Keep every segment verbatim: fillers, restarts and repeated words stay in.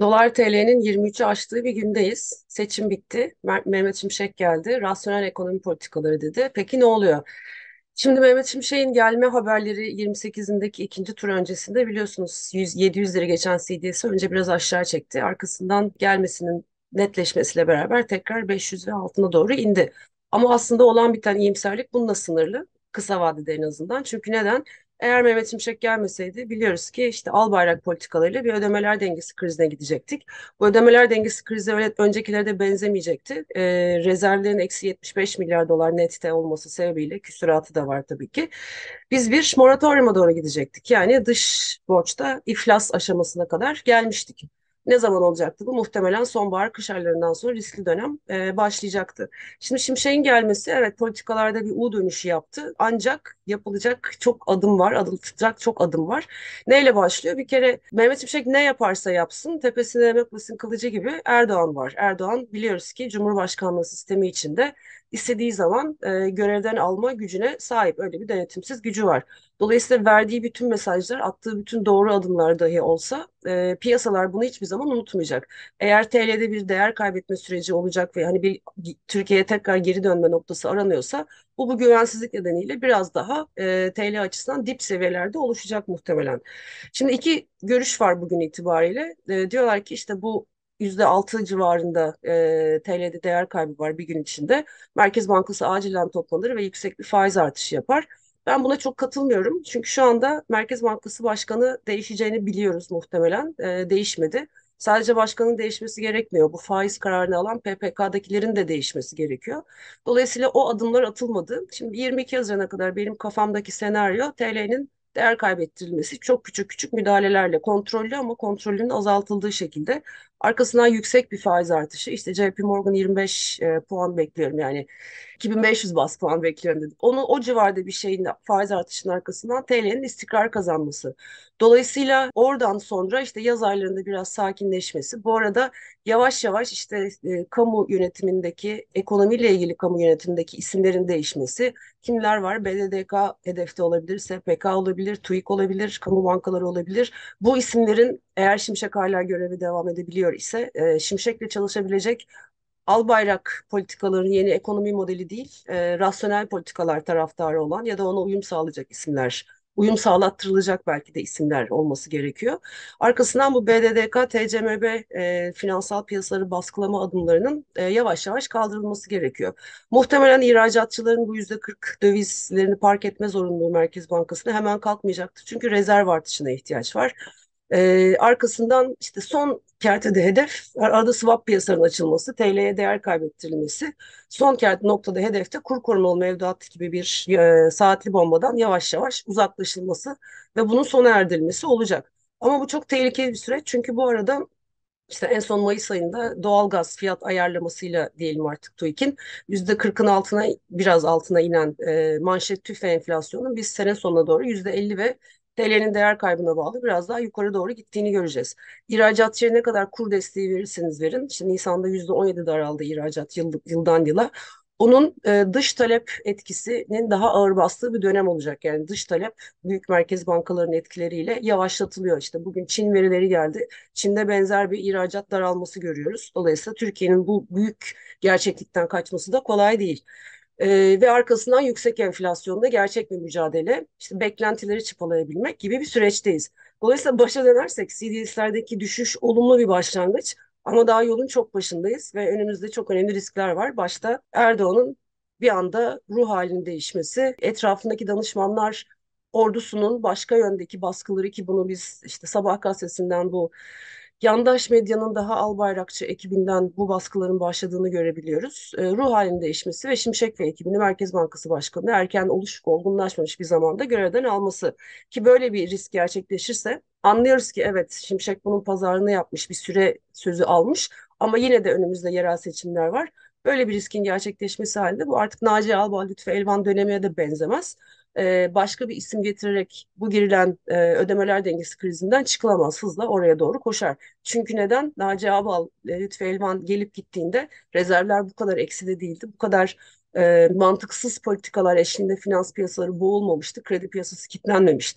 Dolar T L'nin yirmi üçü aştığı bir gündeyiz. Seçim bitti. Mer- Mehmet Şimşek geldi. Rasyonel ekonomi politikaları dedi. Peki ne oluyor? Şimdi Mehmet Şimşek'in gelme haberleri yirmi sekizindeki ikinci tur öncesinde biliyorsunuz yüz, yedi yüzleri geçen C D S'i önce biraz aşağı çekti. Arkasından gelmesinin netleşmesiyle beraber tekrar beş yüz ve altına doğru indi. Ama aslında olan biten iyimserlik bununla sınırlı. Kısa vadede en azından. Çünkü neden? Eğer Mehmet Şimşek gelmeseydi biliyoruz ki işte Albayrak politikalarıyla bir ödemeler dengesi krizine gidecektik. Bu ödemeler dengesi krizi öyle öncekilere de benzemeyecekti. Ee, rezervlerin eksi yetmiş beş milyar dolar nette olması sebebiyle küsuratı da var tabii ki. Biz bir moratoriuma doğru gidecektik. Yani dış borçta iflas aşamasına kadar gelmiştik. Ne zaman olacaktı bu? Muhtemelen sonbahar kış aylarından sonra riskli dönem e, başlayacaktı. Şimdi Şimşek'in gelmesi evet politikalarda bir U dönüşü yaptı. Ancak yapılacak çok adım var, atılacak çok adım var. Neyle başlıyor? Bir kere Mehmet Şimşek ne yaparsa yapsın tepesine Mehmet kılıcı gibi Erdoğan var. Erdoğan biliyoruz ki Cumhurbaşkanlığı sistemi içinde istediği zaman e, görevden alma gücüne sahip. Öyle bir denetimsiz gücü var. Dolayısıyla verdiği bütün mesajlar, attığı bütün doğru adımlar dahi olsa e, piyasalar bunu hiçbir zaman unutmayacak. Eğer T L'de bir değer kaybetme süreci olacak ve hani bir Türkiye'ye tekrar geri dönme noktası aranıyorsa bu bu güvensizlik nedeniyle biraz daha e, T L açısından dip seviyelerde oluşacak muhtemelen. Şimdi iki görüş var bugün itibariyle. E, diyorlar ki işte bu yüzde altı civarında e, T L'de değer kaybı var bir gün içinde. Merkez Bankası acilen toplanır ve yüksek bir faiz artışı yapar. Ben buna çok katılmıyorum. Çünkü şu anda Merkez Bankası Başkanı değişeceğini biliyoruz muhtemelen. E, değişmedi. Sadece başkanın değişmesi gerekmiyor. Bu faiz kararını alan P P K'dakilerin de değişmesi gerekiyor. Dolayısıyla o adımlar atılmadı. Şimdi yirmi iki Haziran'a kadar benim kafamdaki senaryo T L'nin değer kaybettirilmesi çok küçük küçük müdahalelerle kontrollü ama kontrolünün azaltıldığı şekilde arkasından yüksek bir faiz artışı işte J P Morgan yirmi beş e, puan bekliyorum yani iki bin beş yüz bas puan bekliyorum dedim. Onun o civarda bir şeyin faiz artışının arkasından T L'nin istikrar kazanması. Dolayısıyla oradan sonra işte yaz aylarında biraz sakinleşmesi. Bu arada yavaş yavaş işte e, kamu yönetimindeki ekonomiyle ilgili kamu yönetimindeki isimlerin değişmesi. Kimler var? B D D K hedefte olabilir, S P K olabilir, TÜİK olabilir, kamu bankaları olabilir. Bu isimlerin eğer Şimşek hala görevi devam edebiliyor ise e, Şimşek'le çalışabilecek Albayrak politikaların yeni ekonomi modeli değil, e, rasyonel politikalar taraftarı olan ya da ona uyum sağlayacak isimler, uyum sağlattırılacak belki de isimler olması gerekiyor. Arkasından bu B D D K, T C M B e, finansal piyasaları baskılama adımlarının e, yavaş yavaş kaldırılması gerekiyor. Muhtemelen ihracatçıların bu yüzde kırk dövizlerini park etme zorunluluğu Merkez Bankası'na hemen kalkmayacaktır. Çünkü rezerv artışına ihtiyaç var. Ee, arkasından işte son kertede hedef arada swap piyasalarının açılması, T L'ye değer kaybettirilmesi. Son kert noktada hedefte kur korumalı mevduat gibi bir e, saatli bombadan yavaş yavaş uzaklaşılması ve bunun sona erdirilmesi olacak. Ama bu çok tehlikeli bir süreç çünkü bu arada işte en son Mayıs ayında doğalgaz fiyat ayarlamasıyla diyelim artık TÜİK'in yüzde kırkın altına biraz altına inen e, manşet tüfe enflasyonun biz sene sonuna doğru yüzde elli ve T L'nin değer kaybına bağlı biraz daha yukarı doğru gittiğini göreceğiz. İhracatçıya ne kadar kur desteği verirseniz verin, işte Nisan'da yüzde on yedi daraldı ihracat yıl, yıldan yıla. Onun e, dış talep etkisinin daha ağır bastığı bir dönem olacak. Yani dış talep büyük merkez bankalarının etkileriyle yavaşlatılıyor. İşte bugün Çin verileri geldi. Çin'de benzer bir ihracat daralması görüyoruz. Dolayısıyla Türkiye'nin bu büyük gerçeklikten kaçması da kolay değil. Ee, ve arkasından yüksek enflasyonda gerçek bir mücadele, işte beklentileri çıpalayabilmek gibi bir süreçteyiz. Dolayısıyla başa dönersek C D S'lerdeki düşüş olumlu bir başlangıç ama daha yolun çok başındayız ve önümüzde çok önemli riskler var. Başta Erdoğan'ın bir anda ruh halinin değişmesi, etrafındaki danışmanlar ordusunun başka yöndeki baskıları ki bunu biz işte Sabah gazetesinden bu yandaş medyanın daha Albayrakçı ekibinden bu baskıların başladığını görebiliyoruz. E, ruh halinin değişmesi ve Şimşek ve ekibini Merkez Bankası Başkanı erken oluşuk olgunlaşmamış bir zamanda görevden alması ki böyle bir risk gerçekleşirse anlıyoruz ki evet Şimşek bunun pazarlığını yapmış bir süre sözü almış ama yine de önümüzde yerel seçimler var. Böyle bir riskin gerçekleşmesi halinde bu artık Naci Ağbal, Lütfü Elvan dönemine de benzemez. Ee, başka bir isim getirerek bu girilen e, ödemeler dengesi krizinden çıkılamaz. Hızla oraya doğru koşar. Çünkü neden? Naci Ağbal, e, Lütfü Elvan gelip gittiğinde rezervler bu kadar ekside değildi. Bu kadar e, mantıksız politikalar eşliğinde finans piyasaları boğulmamıştı. Kredi piyasası kilitlenmemişti.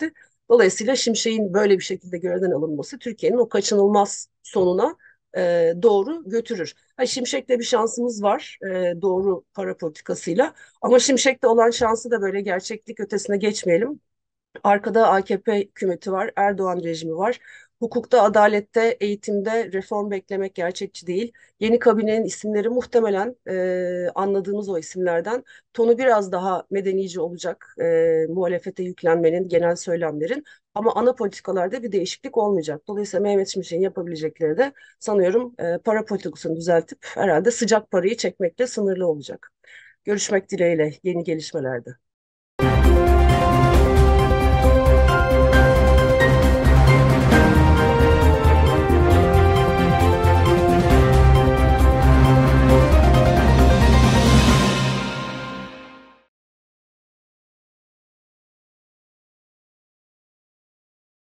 Dolayısıyla Şimşek'in böyle bir şekilde görevden alınması Türkiye'nin o kaçınılmaz sonuna e, doğru götürür. Ha, Şimşek'le bir şansımız var e, doğru para politikasıyla. Ama Şimşek'te olan şansı da böyle gerçeklik ötesine geçmeyelim. Arkada A K P hükümeti var, Erdoğan rejimi var. Hukukta, adalette, eğitimde reform beklemek gerçekçi değil. Yeni kabinenin isimleri muhtemelen e, anladığımız o isimlerden tonu biraz daha medenice olacak. E, muhalefete yüklenmenin, genel söylemlerin. Ama ana politikalarda bir değişiklik olmayacak. Dolayısıyla Mehmet Şimşek'in yapabilecekleri de sanıyorum e, para politikasını düzeltip herhalde sıcak parayı çekmekle sınırlı olacak. Görüşmek dileğiyle yeni gelişmelerde.